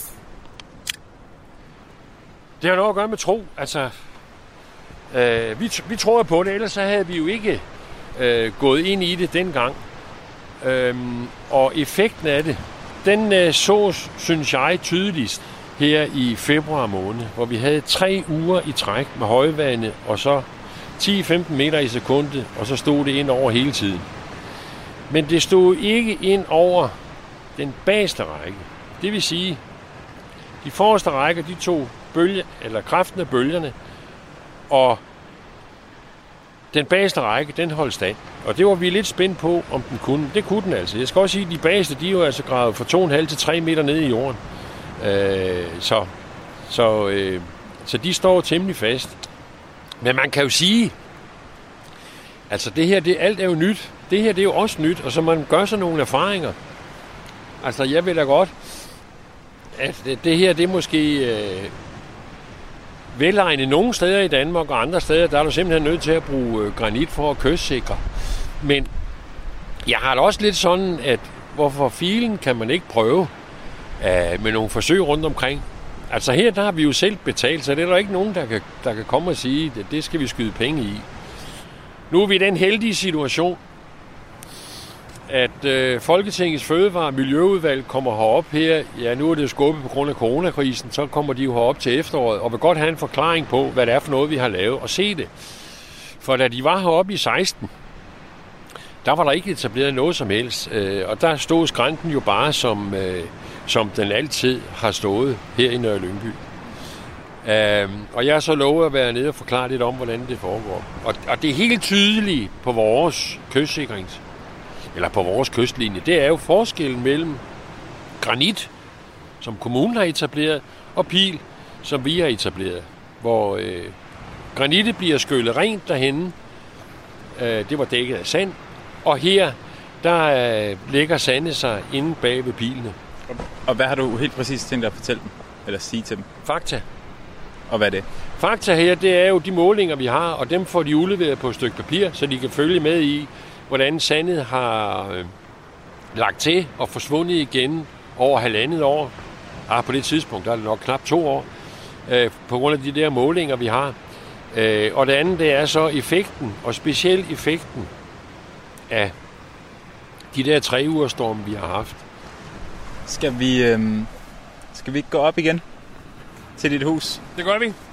det har noget at gøre med tro. Altså, øh, vi, vi tror på det, ellers så havde vi jo ikke øh, gået ind i det dengang. Øhm, og effekten af det, den øh, så, synes jeg, tydeligst her i februar måned, hvor vi havde tre uger i træk med højvande, og så ti til femten meter i sekundet, og så stod det ind over hele tiden. Men det stod ikke ind over den bagerste række. Det vil sige, de forreste rækker, de tog bølge, eller kraften af bølgerne, og den bagerste række, den holdt stand. Og det var vi lidt spændt på, om den kunne. Det kunne den altså. Jeg skal også sige, at de bagerste, de er jo altså gravet fra to komma fem til tre meter ned i jorden. Øh, så, så, øh, så de står temmelig fast. Men man kan jo sige, altså det her, det, alt er jo nyt. Det her, det er jo også nyt, og så man gør sig nogle erfaringer. Altså, jeg ved da godt, at det, det her, det er måske øh, velegnet nogle steder i Danmark, og andre steder, der er du simpelthen nødt til at bruge øh, granit for at kystsikre. Men jeg har da også lidt sådan, at hvorfor filen kan man ikke prøve øh, med nogle forsøg rundt omkring. Altså her, der har vi jo selv betalt, så det er der ikke nogen, der kan, der kan komme og sige, at det skal vi skyde penge i. Nu er vi i den heldige situation, at øh, Folketingets Fødevare- og Miljøudvalg kommer herop her. Ja, nu er det skubbet på grund af coronakrisen, så kommer de jo herop til efteråret, og vil godt have en forklaring på, hvad det er for noget, vi har lavet, og se det. For da de var heroppe i seksten, der var der ikke etableret noget som helst, øh, og der stod skrænten jo bare, som, øh, som den altid har stået her i Nørre Lyngby. Øh, og jeg har så lovet at være nede og forklare lidt om, hvordan det foregår. Og, og det er helt tydeligt på vores kystsikrings eller på vores kystlinje, det er jo forskellen mellem granit, som kommunen har etableret, og pil, som vi har etableret. Hvor øh, granitet bliver skyllet rent derhenne. Øh, det var dækket af sand. Og her, der øh, ligger sandet sig inde bag ved pilene. Og hvad har du helt præcis tænkt dig at fortælle dem? Eller sige til dem? Fakta. Og hvad er det? Fakta her, det er jo de målinger, vi har, og dem får de udleveret på et stykke papir, så de kan følge med i, hvordan sandet har øh, lagt til og forsvundet igen over halvandet år. Ah, på det tidspunkt, der er det nok knap to år, øh, på grund af de der målinger, vi har. Øh, og det andet, det er så effekten, og specielt effekten af de der tre uger storm, vi har haft. Skal vi, øh, skal vi ikke gå op igen til dit hus? Det gør vi.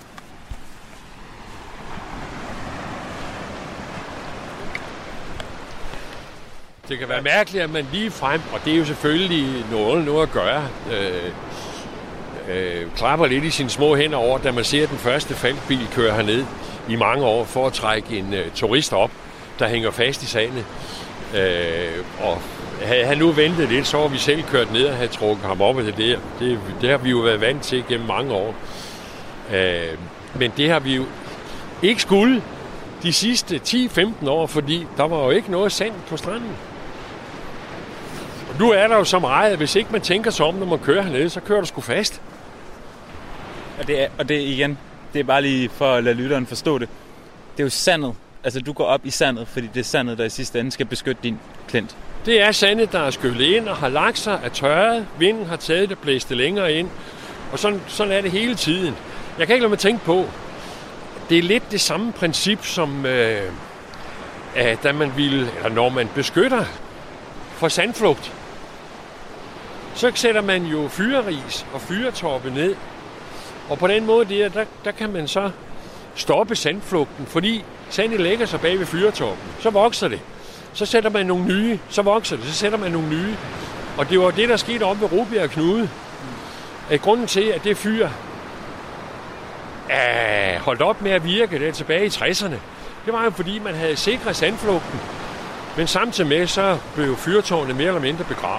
Det kan være mærkeligt, at man lige frem, og det er jo selvfølgelig noget, noget at gøre, øh, øh, klapper lidt i sine små hænder over, da man ser den første Falck-bil køre herned i mange år for at trække en øh, turist op, der hænger fast i sandet. Øh, og havde han nu ventet lidt, så var vi selv kørt ned og havde trukket ham op af det der. Det, det har vi jo været vant til gennem mange år. Øh, men det har vi jo ikke skulle de sidste ti til femten år, fordi der var jo ikke noget sand på stranden. Og nu er der jo så meget, at hvis ikke man tænker sig om, når man kører hernede, så kører du sgu fast. Og det er, og det igen, det er bare lige for at lade lytteren forstå det. Det er jo sandet. Altså, du går op i sandet, fordi det er sandet, der i sidste ende skal beskytte din klint. Det er sandet, der er skyllet ind og har lagt sig, er tørret. Vinden har taget det, blæst det længere ind. Og sådan, sådan er det hele tiden. Jeg kan ikke lade mig tænke på, det er lidt det samme princip, som øh, at da man vil, eller når man beskytter for sandflugt, så sætter man jo fyreris og fyretoppe ned. Og på den måde der, der, der kan man så stoppe sandflugten, fordi sandet lægger sig bag ved fyretoppen. Så vokser det. Så sætter man nogle nye, så vokser det, så sætter man nogle nye. Og det var det, der skete om ved Rubjerg Knude. At grunden til, at det fyr er holdt op med at virke der tilbage i tresserne, det var jo fordi, man havde sikret sandflugten. Men samtidig med, så blev fyrtårnene mere eller mindre begravet.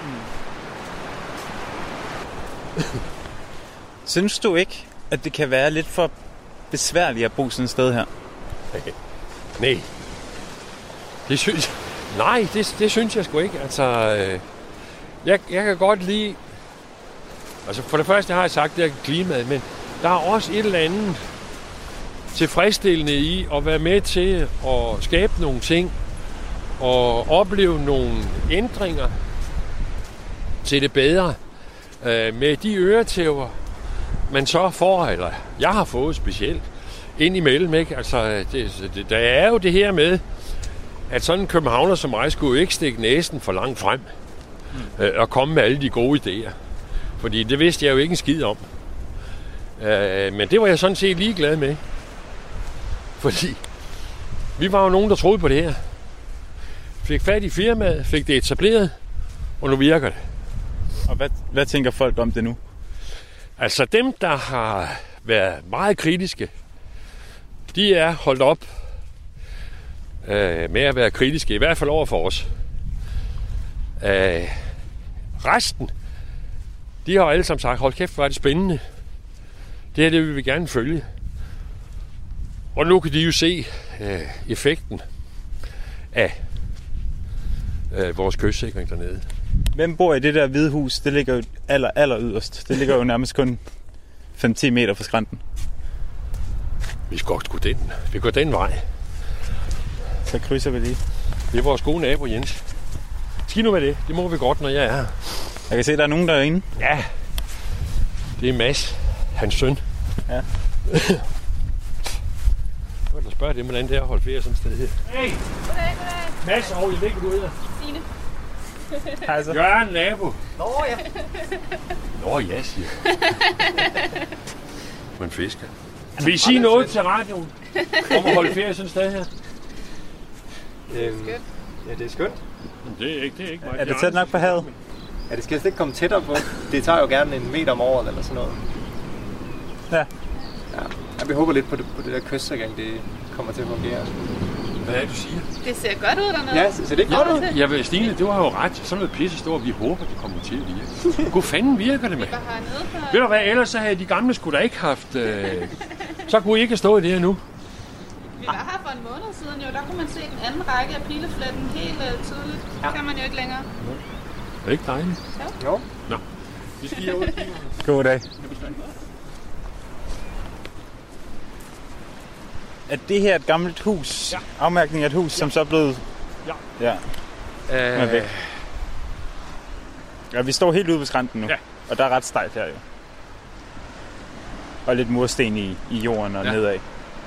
Mm. Synes du ikke, at det kan være lidt for besværligt at bo sådan et sted her? Nej. Det synes Nej, det, det synes jeg sgu ikke. Altså, øh, jeg, jeg kan godt lide... Altså, for det første har jeg sagt, det er klimaet, men der er også et eller andet tilfredsstillende i at være med til at skabe nogle ting og opleve nogle ændringer til det bedre øh, med de øretæver, man så får, eller jeg har fået specielt, ind imellem, ikke? Altså, det, det, der er jo det her med, at sådan en københavner som mig skulle jo ikke stikke næsen for langt frem mm. øh, og komme med alle de gode idéer. Fordi det vidste jeg jo ikke en skid om. Øh, men det var jeg sådan set ligeglad med. Fordi vi var jo nogen, der troede på det her. Fik fat i firmaet, fik det etableret, og nu virker det. Og hvad, hvad tænker folk om det nu? Altså dem, der har været meget kritiske, de er holdt op øh, med at være kritiske, i hvert fald over for os. Øh, resten, de har alle sammen sagt, hold kæft, hvor er det spændende. Det her, det vil vi gerne følge. Og nu kan de jo se øh, effekten af øh, vores kystsikring dernede. Hvem bor i det der hvide hus? Det ligger jo aller, aller yderst. Det ligger jo nærmest kun fem til ti meter fra skrænten. Vi skal godt gå den. Vi går den vej. Så krydser vi lige. Det er vores gode nabo, Jens. Skidt nu med det. Det må vi godt, når jeg er her. Jeg kan se, at der er nogen derinde. Ja. Det er Mads, hans søn. Ja. Jeg vil spørge dem, hvordan det er at holde ferie sådan et sted her. Hey! Goddag, goddag. Mads, og jeg ved ikke, hvad du hedder. Stine. Hej så. Jørgen, nabo. Nå ja. Nå ja, siger man fisker. Vil I sige noget til radioen om at holde ferie sådan et sted her? Øhm, ja, det er skønt. Det er ikke, det er ikke meget. Er det tæt nok på havet? Ja, det skal slet ikke komme tættere på. Det tager jo gerne en meter om året eller sådan noget. Ja. Ja, ja vi håber lidt på det, på det der kystsikring, det kommer til at fungere. Hvad er det, du siger? Det ser godt ud dernede. Ja, ser det ikke godt ud? Ja, vil Stine, du har jo ret. Sådan noget pisse står, vi håber, det kommer til at virke. God fanden virker det med. Vi var hernede for... Ved du hvad, ellers så havde de gamle sgu da ikke haft... Øh... Så kunne I ikke have stået det her nu. Vi var her for en måned siden jo, der kunne man se den anden række af pilefletten helt uh, tydeligt. Det ja. kan man jo ikke længere. Er det ikke dejligt? Jo. Jo. Nå. Vi skal ud. God dag. er det her et gammelt hus? Ja. Afmærkning af et hus, ja. Som så er blevet... Ja. Ja. Øh... Er væk. Ja, vi står helt ude ved skrænten nu. Ja. Og der er ret stejlt her jo. Og lidt mursten i, i jorden og ja. Nedad.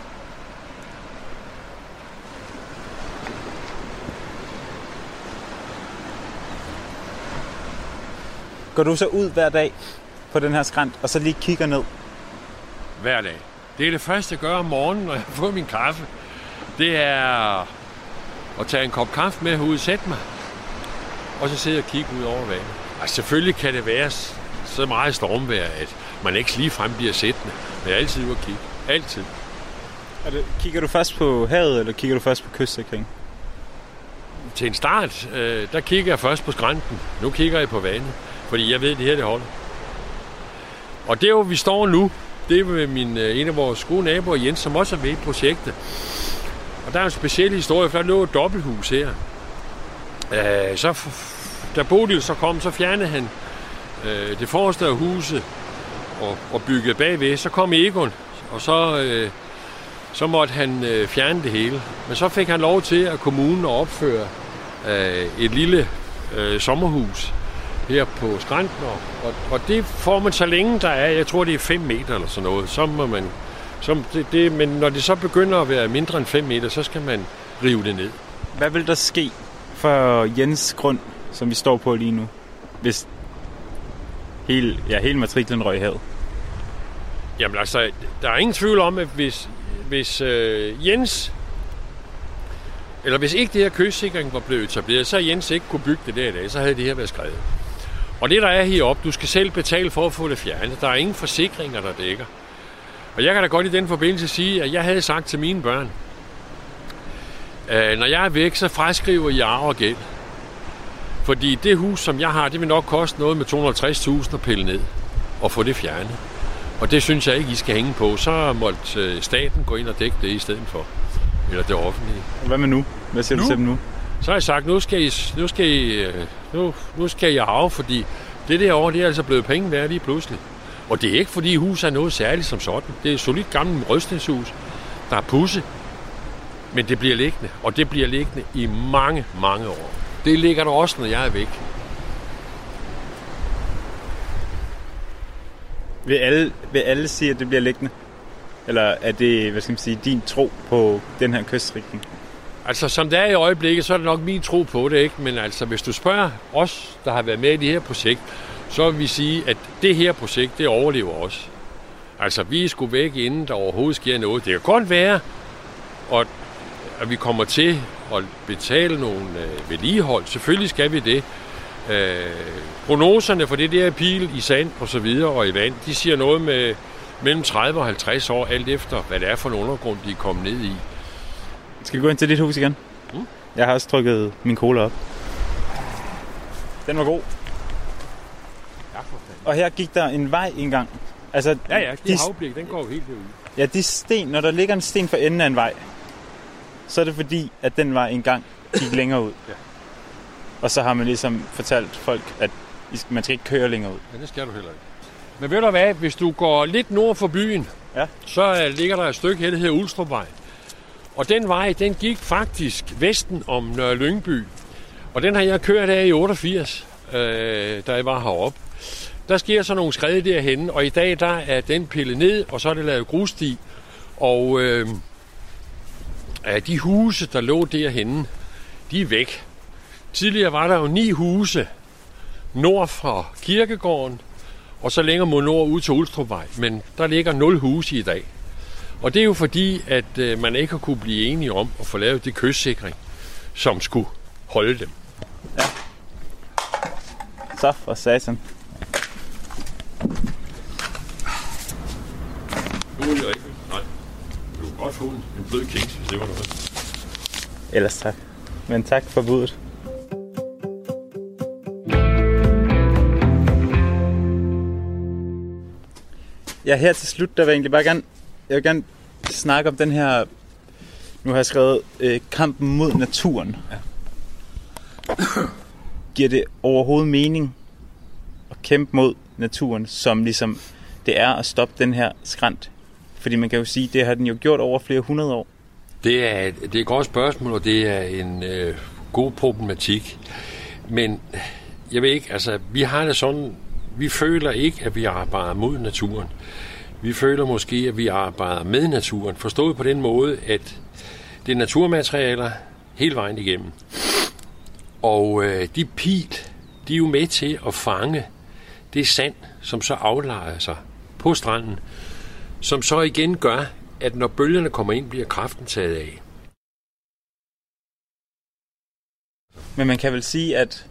Går du så ud hver dag på den her skrænt, og så lige kigger ned? Hver dag. Det er det første, jeg gør om morgenen, når jeg får min kaffe. Det er at tage en kop kaffe med herude, sætte mig, og så sidde og kigge ud over vandet. Altså selvfølgelig kan det være så meget stormvejr, at man ikke ligefrem bliver sættende, men jeg er altid ude at kigge. Altid. Er det, kigger du først på havet, eller kigger du først på kystsikring? Til en start, øh, der kigger jeg først på skrænten. Nu kigger jeg på vandet, fordi jeg ved, at det her det holder. Og der, hvor vi står nu, det er med min, en af vores gode naboer, Jens, som også er med i projektet. Og der er en speciel historie, for der lå et dobbelthus her. Øh, så, da Bodil så kom, så fjernede han øh, det forreste af huset og, og byggede bagved. Så kom Egon, og så, øh, så måtte han øh, fjerne det hele. Men så fik han lov til at kommunen at opføre øh, et lille øh, sommerhus her på skrænten, og, og det får man så længe der er, jeg tror det er fem meter eller sådan noget, så må man, så det, det, men når det så begynder at være mindre end fem meter, så skal man rive det ned. Hvad vil der ske for Jens grund, som vi står på lige nu, hvis hele, ja, hele matriklen røg i havet? Jamen altså, der er ingen tvivl om, at hvis, hvis øh, Jens, eller hvis ikke det her kystsikring var blevet etableret, så Jens ikke kunne bygge det der i dag, så havde det her været skrevet. Og det, der er heroppe, du skal selv betale for at få det fjernet. Der er ingen forsikringer, der dækker. Og jeg kan da godt i den forbindelse sige, at jeg havde sagt til mine børn, at når jeg er væk, så fraskriver I arv og gæld. Fordi det hus, som jeg har, det vil nok koste noget med to hundrede og halvtreds tusind at pille ned og få det fjernet. Og det synes jeg ikke, I skal hænge på. Så måtte staten gå ind og dække det i stedet for. Eller det offentlige. Hvad med nu? Hvad siger du til dem nu? Så har jeg sagt, nu skal I, nu skal I, nu, nu skal I arve, fordi det derovre, det er altså blevet penge værd lige pludselig. Og det er ikke, fordi huset er noget særligt som sådan. Det er et solidt gammelt rødstenshus, der er pudse, men det bliver liggende. Og det bliver liggende i mange, mange år. Det ligger der også, når jeg er væk. Vil alle, vil alle sige, at det bliver liggende? Eller er det, hvad skal man sige, din tro på den her kystsikring? Altså, som det er i øjeblikket, så er det nok min tro på det, ikke? Men altså, hvis du spørger os, der har været med i det her projekt, så vil vi sige, at det her projekt, det overlever os. Altså, vi skulle væk, inden der overhovedet sker noget. Det kan godt være, at vi kommer til at betale nogle øh, vedligehold. Selvfølgelig skal vi det. Øh, prognoserne for det der pil i sand og så videre og i vand, de siger noget med mellem tredive og halvtreds år, alt efter, hvad det er for en undergrund, de er kommet ned i. Skal vi gå ind til dit hus igen? Mm. Jeg har også trykket min cola op. Den var god. Ja, og her gik der en vej engang. Altså, ja, ja, det er havblik, den går helt derude. Ja, de sten, når der ligger en sten for enden af en vej, så er det fordi, at den vej engang gik længere ud. Ja. Og så har man ligesom fortalt folk, at man skal ikke køre længere ud. Ja, det skal du heller ikke. Men ved du hvad, hvis du går lidt nord for byen, ja. så ligger der et stykke her, der hedder Ulstrupvej. Og den vej, den gik faktisk vesten om Nørre Lyngby. Og den har jeg kørt af i otteogfirs, øh, da jeg var heroppe. Der sker så nogle skred derhenne, og i dag der er den pillet ned, og så er det lavet grussti. Og øh, de huse, der lå derhenne, de er væk. Tidligere var der jo ni huse nord fra kirkegården, og så længere mod nord ud til Ulstrupvej. Men der ligger nul huse i dag. Og det er jo fordi, at øh, man ikke har kunne blive enige om at få lavet det kystsikring, som skulle holde dem. Ja. Så for satan. Nu er det ikke. Nej. Du kan godt få en, en blød kiks, hvis det var noget. Ellers tak. Men tak for budet. Ja, her til slut, der vil jeg egentlig bare gerne, jeg vil gerne snakke om den her, nu har jeg skrevet, øh, kampen mod naturen. Ja. Giver det overhovedet mening at kæmpe mod naturen, som ligesom det er at stoppe den her skrænt Fordi man kan jo sige, det har den jo gjort over flere hundrede år. Det er, det er et godt spørgsmål, og det er en øh, god problematik. Men jeg ved ikke, altså vi har det sådan, vi føler ikke, at vi arbejder mod naturen. Vi føler måske, at vi arbejder med naturen. Forstået på den måde, at det er naturmaterialer hele vejen igennem. Og øh, de pil, de er jo med til at fange det sand, som så aflejer sig på stranden, som så igen gør, at når bølgerne kommer ind, bliver kraften taget af. Men man kan vel sige, at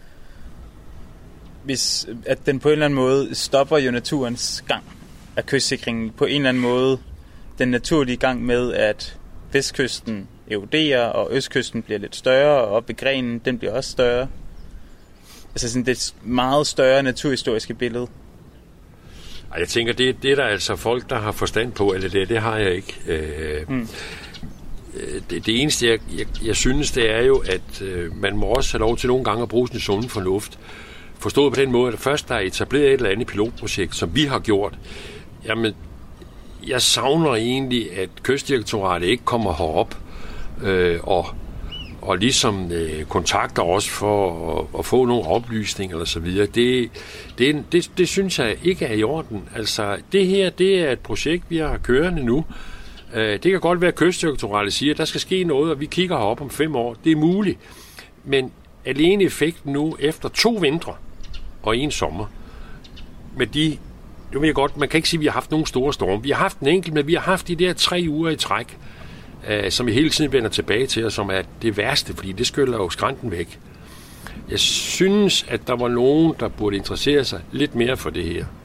hvis at den på en eller anden måde stopper jo naturens gang af kystsikringen på en eller anden måde, den naturlige gang med, at vestkysten eroderer, og østkysten bliver lidt større, og oppe i grenen, den bliver også større. Altså sådan det meget større naturhistoriske billede. Jeg tænker, det, det er der altså folk, der har forstand på, eller det, det har jeg ikke. Øh, mm. det, det eneste, jeg, jeg, jeg synes, det er jo, at øh, man må også have lov til nogle gange at bruge sin sunde fornuft. Forstået på den måde, at først der er etableret et eller andet pilotprojekt, som vi har gjort. Jamen, jeg savner egentlig, at Kystdirektoratet ikke kommer herop øh, og, og ligesom øh, kontakter os for at, at få nogle oplysninger eller så videre. Det, det, det, det synes jeg ikke er i orden. Altså, det her, det er et projekt, vi har kørende nu. Øh, det kan godt være, at Kystdirektoratet siger, at der skal ske noget, og vi kigger herop om fem år. Det er muligt. Men alene effekten nu, efter to vintre og en sommer, med de, nu ved jeg godt, man kan ikke sige, at vi har haft nogle store storme. Vi har haft en enkelt, men vi har haft de der tre uger i træk, øh, som vi hele tiden vender tilbage til, og som er det værste, fordi det skyller jo skrænten væk. Jeg synes, at der var nogen, der burde interessere sig lidt mere for det her.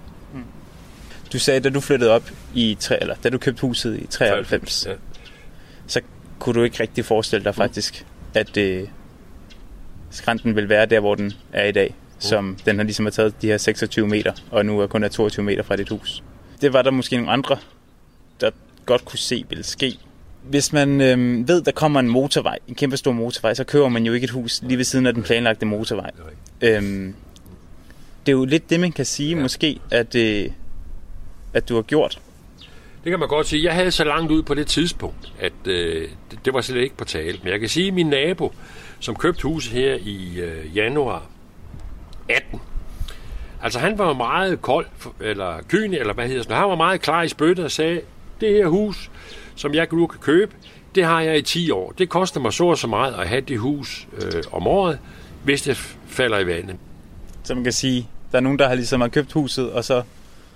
Du sagde, da du flyttede op i, eller da du købte huset i treoghalvfems, ja. Så kunne du ikke rigtig forestille dig faktisk, at øh, skrænten vil være der, hvor den er i dag. Som den har ligesom taget de her seksogtyve meter, og nu er kun er toogtyve meter fra dit hus. Det var der måske nogle andre, der godt kunne se ville ske. Hvis man øhm, ved, der kommer en motorvej, en kæmpe stor motorvej, så køber man jo ikke et hus lige ved siden af den planlagte motorvej. Øhm, det er jo lidt det, man kan sige ja. måske, at, øh, at du har gjort. Det kan man godt sige. Jeg havde så langt ud på det tidspunkt, at øh, det, det var slet ikke på tale. Men jeg kan sige, at min nabo, som købte huset her i øh, januar atten. Altså han var meget kold, eller kyni, eller hvad hedder det. Han var meget klar i spyttet og sagde, det her hus, som jeg nu kan købe, det har jeg i ti år. Det koster mig så og så meget at have det hus øh, om året, hvis det falder i vandet. Så man kan sige, der er nogen, der har ligesom har købt huset, og så,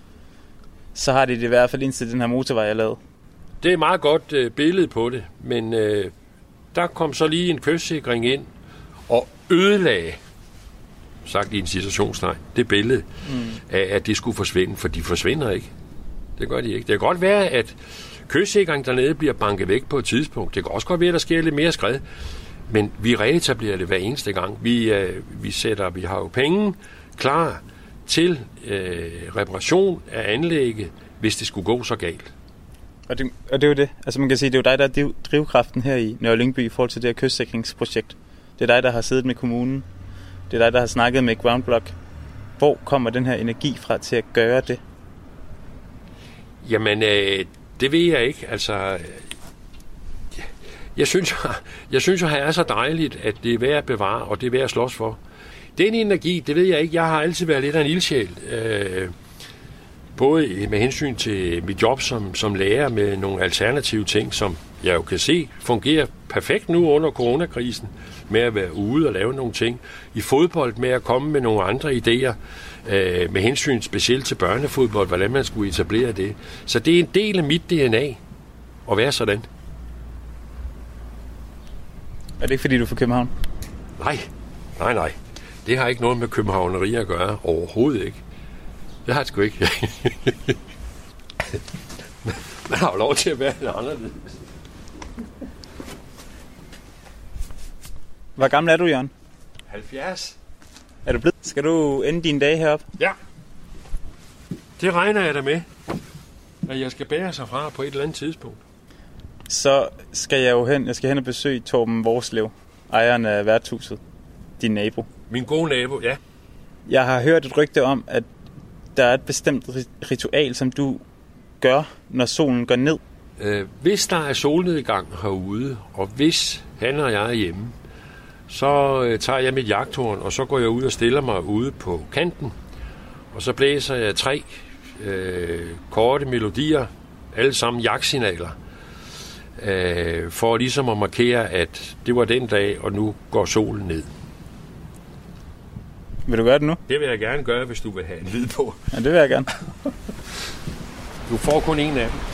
så har de det i hvert fald indtil den her motorvej er lavet. Det er et meget godt øh, billede på det, men øh, der kom så lige en kystsikring ind og ødelagde, sagt i en situationstegn, det billede mm. af, at det skulle forsvinde, for de forsvinder ikke. Det gør de ikke. Det kan godt være, at kystsikringen dernede bliver banket væk på et tidspunkt. Det kan også godt være, at der sker lidt mere skred, men vi reetablerer det hver eneste gang. Vi, øh, vi sætter, vi har jo penge klar til øh, reparation af anlægget, hvis det skulle gå så galt. Og det, og det er jo det. Altså man kan sige, det er jo dig, der er drivkraften her i Nørre Lyngby i forhold til det her kystsikringsprojekt. Det er dig, der har siddet med kommunen. Det er dig, der har snakket med Groundblock. Hvor kommer den her energi fra til at gøre det? Jamen, øh, det ved jeg ikke. Altså, jeg synes, jeg synes, at det er så dejligt, at det er værd at bevare, og det er værd at slås for. Den energi, det ved jeg ikke. Jeg har altid været lidt af en ildsjæl. Øh, både med hensyn til mit job som, som lærer med nogle alternative ting, som jeg jo kan se fungerer perfekt nu under coronakrisen, med at være ude og lave nogle ting. I fodbold med at komme med nogle andre idéer, øh, med hensyn specielt til børnefodbold, hvordan man skulle etablere det. Så det er en del af mit D N A at være sådan. Er det ikke, fordi du er fra København? Nej, nej, nej. Det har ikke noget med københavneri at gøre. Overhovedet ikke. Det har det sgu ikke. Man har jo lov til at være lidt anderledes. Hvor gammel er du, Jørgen? halvfjerds. Er du blevet? Skal du ende dine dage heroppe? Ja. Det regner jeg da med, at jeg skal bære sig fra på et eller andet tidspunkt. Så skal jeg jo hen, jeg skal hen og besøge Torben Vorslev, ejeren af værtshuset, din nabo. Min gode nabo, ja. Jeg har hørt et rygte om, at der er et bestemt ritual, som du gør, når solen går ned? Øh, hvis der er solnedgang herude, og hvis han og jeg er hjemme, så øh, tager jeg mit jagthorn, og så går jeg ud og stiller mig ude på kanten, og så blæser jeg tre øh, korte melodier, alle sammen jagtsignaler, øh, for ligesom at markere, at det var den dag, og nu går solen ned. Vil du gøre det nu? Det vil jeg gerne gøre, hvis du vil have en lyd på. Ja, det vil jeg gerne. Du får kun en af dem.